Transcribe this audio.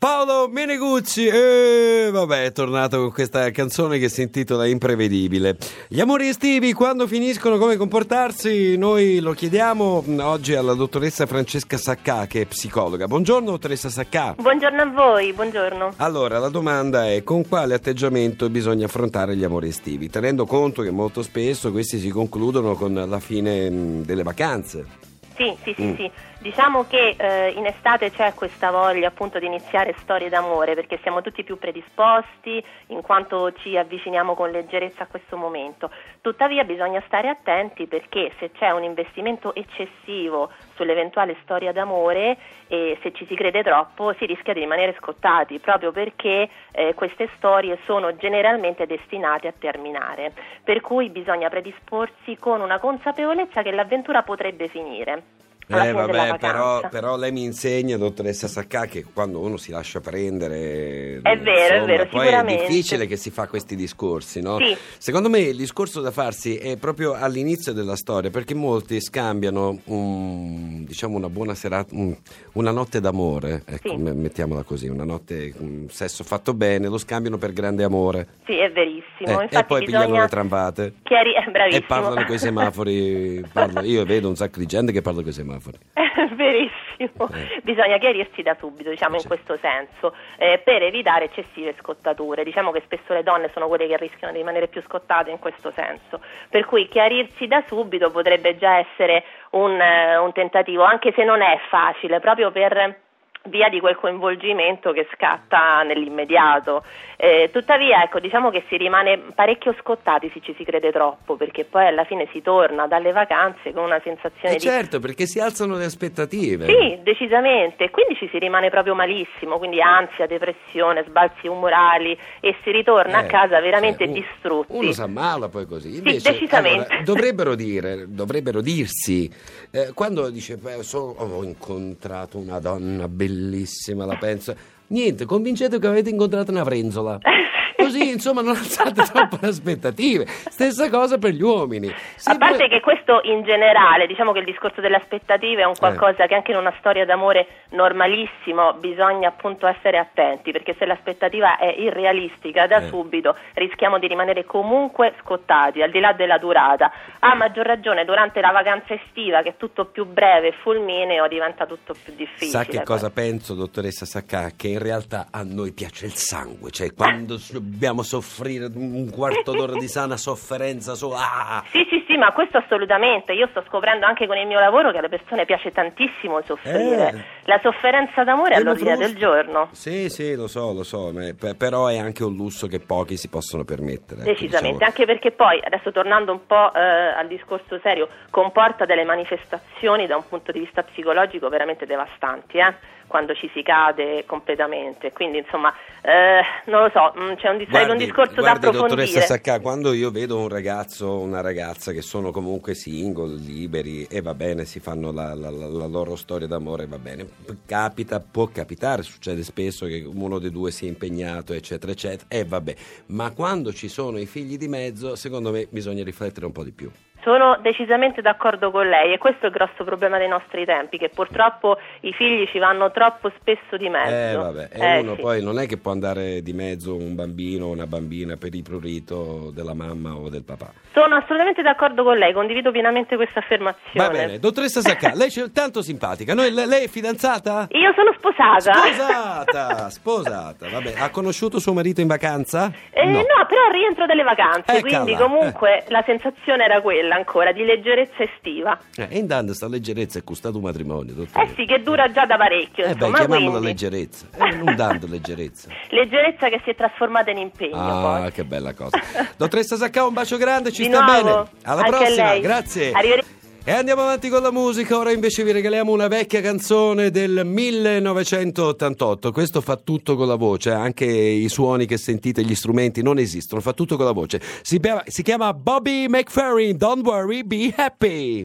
Paolo Meneguzzi, vabbè, è tornato con questa canzone che si intitola Imprevedibile. Gli amori estivi, quando finiscono, come comportarsi? Noi lo chiediamo oggi alla dottoressa Francesca Saccà, che è psicologa. Buongiorno, dottoressa Saccà. Buongiorno a voi, buongiorno. Allora, la domanda è: con quale atteggiamento bisogna affrontare gli amori estivi, tenendo conto che molto spesso questi si concludono con la fine delle vacanze? Sì. Diciamo che in estate c'è questa voglia appunto di iniziare storie d'amore, perché siamo tutti più predisposti in quanto ci avviciniamo con leggerezza a questo momento. Tuttavia bisogna stare attenti, perché se c'è un investimento eccessivo sull'eventuale storia d'amore e se ci si crede troppo si rischia di rimanere scottati, proprio perché queste storie sono generalmente destinate a terminare, per cui bisogna predisporsi con una consapevolezza che l'avventura potrebbe finire. Però lei mi insegna, dottoressa Saccà, che quando uno si lascia prendere è vero, poi sicuramente è difficile che si fa questi discorsi, no? Sì. Secondo me il discorso da farsi è proprio all'inizio della storia, perché molti scambiano una buona serata, una notte d'amore, ecco, sì. Mettiamola così, una notte, sesso fatto bene, lo scambiano per grande amore. Sì, è verissimo. E poi pigliano le tramvate bravissimo. E parlano coi semafori. Io vedo un sacco di gente che parla coi semafori. Verissimo, bisogna chiarirsi da subito, in questo senso, per evitare eccessive scottature. Diciamo che spesso le donne sono quelle che rischiano di rimanere più scottate in questo senso, per cui chiarirsi da subito potrebbe già essere un tentativo, anche se non è facile, proprio per via di quel coinvolgimento che scatta nell'immediato. Tuttavia, diciamo che si rimane parecchio scottati se ci si crede troppo, perché poi alla fine si torna dalle vacanze con una sensazione di... Certo, perché si alzano le aspettative. Sì, decisamente, e quindi ci si rimane proprio malissimo, quindi ansia, depressione, sbalzi umorali, e si ritorna a casa veramente distrutti. Uno si ammala poi così. Invece, sì, decisamente. Allora, dovrebbero dirsi, quando dice ho incontrato una donna bellissima, la penso, niente, convincete che avete incontrato una frenzola. Così, insomma, non alzate troppo le aspettative. Stessa cosa per gli uomini. A parte che questo in generale, diciamo che il discorso delle aspettative è un qualcosa che anche in una storia d'amore normalissimo bisogna appunto essere attenti, perché se l'aspettativa è irrealistica da subito rischiamo di rimanere comunque scottati, al di là della durata. A maggior ragione durante la vacanza estiva, che è tutto più breve e fulmineo, diventa tutto più difficile. Sa che cosa penso, dottoressa Saccà? Che in realtà a noi piace il sangue, cioè quando dobbiamo soffrire un quarto d'ora di sana sofferenza Sì, ma questo assolutamente. Io sto scoprendo anche con il mio lavoro che alle persone piace tantissimo soffrire. La sofferenza d'amore è all'ordine del giorno. Sì, lo so, però è anche un lusso che pochi si possono permettere. Decisamente, anche perché poi, adesso tornando un po' al discorso serio, comporta delle manifestazioni da un punto di vista psicologico veramente devastanti, quando ci si cade completamente. Quindi insomma, non lo so, c'è un discorso da approfondire. Dottoressa Saccà, quando io vedo un ragazzo o una ragazza che sono comunque single, liberi, e va bene, si fanno la loro storia d'amore, va bene, può capitare, succede spesso che uno dei due sia impegnato, eccetera eccetera, e vabbè, ma quando ci sono i figli di mezzo, secondo me bisogna riflettere un po' di più. Sono decisamente d'accordo con lei, e questo è il grosso problema dei nostri tempi, che purtroppo i figli ci vanno troppo spesso di mezzo. Uno poi non è che può andare di mezzo un bambino o una bambina per il prurito della mamma o del papà. Sono assolutamente d'accordo con lei, condivido pienamente questa affermazione. Va bene, dottoressa Saccà, lei è tanto simpatica. Lei è fidanzata? Io sono Sposata, vabbè. Ha conosciuto suo marito in vacanza? No, però al rientro delle vacanze, quindi comunque la sensazione era quella ancora di leggerezza estiva. E intanto sta leggerezza è costato un matrimonio, dottore. Sì, che dura già da parecchio, chiamiamola leggerezza, non tanto leggerezza. Leggerezza che si è trasformata in impegno poi. Che bella cosa. Dottoressa Saccà, un bacio grande, ci di sta nuovo, bene. Alla prossima, grazie. Arrivederci. E andiamo avanti con la musica. Ora invece vi regaliamo una vecchia canzone del 1988. Questo fa tutto con la voce, anche i suoni che sentite, gli strumenti non esistono, fa tutto con la voce. Si chiama Bobby McFerrin, Don't Worry, Be Happy.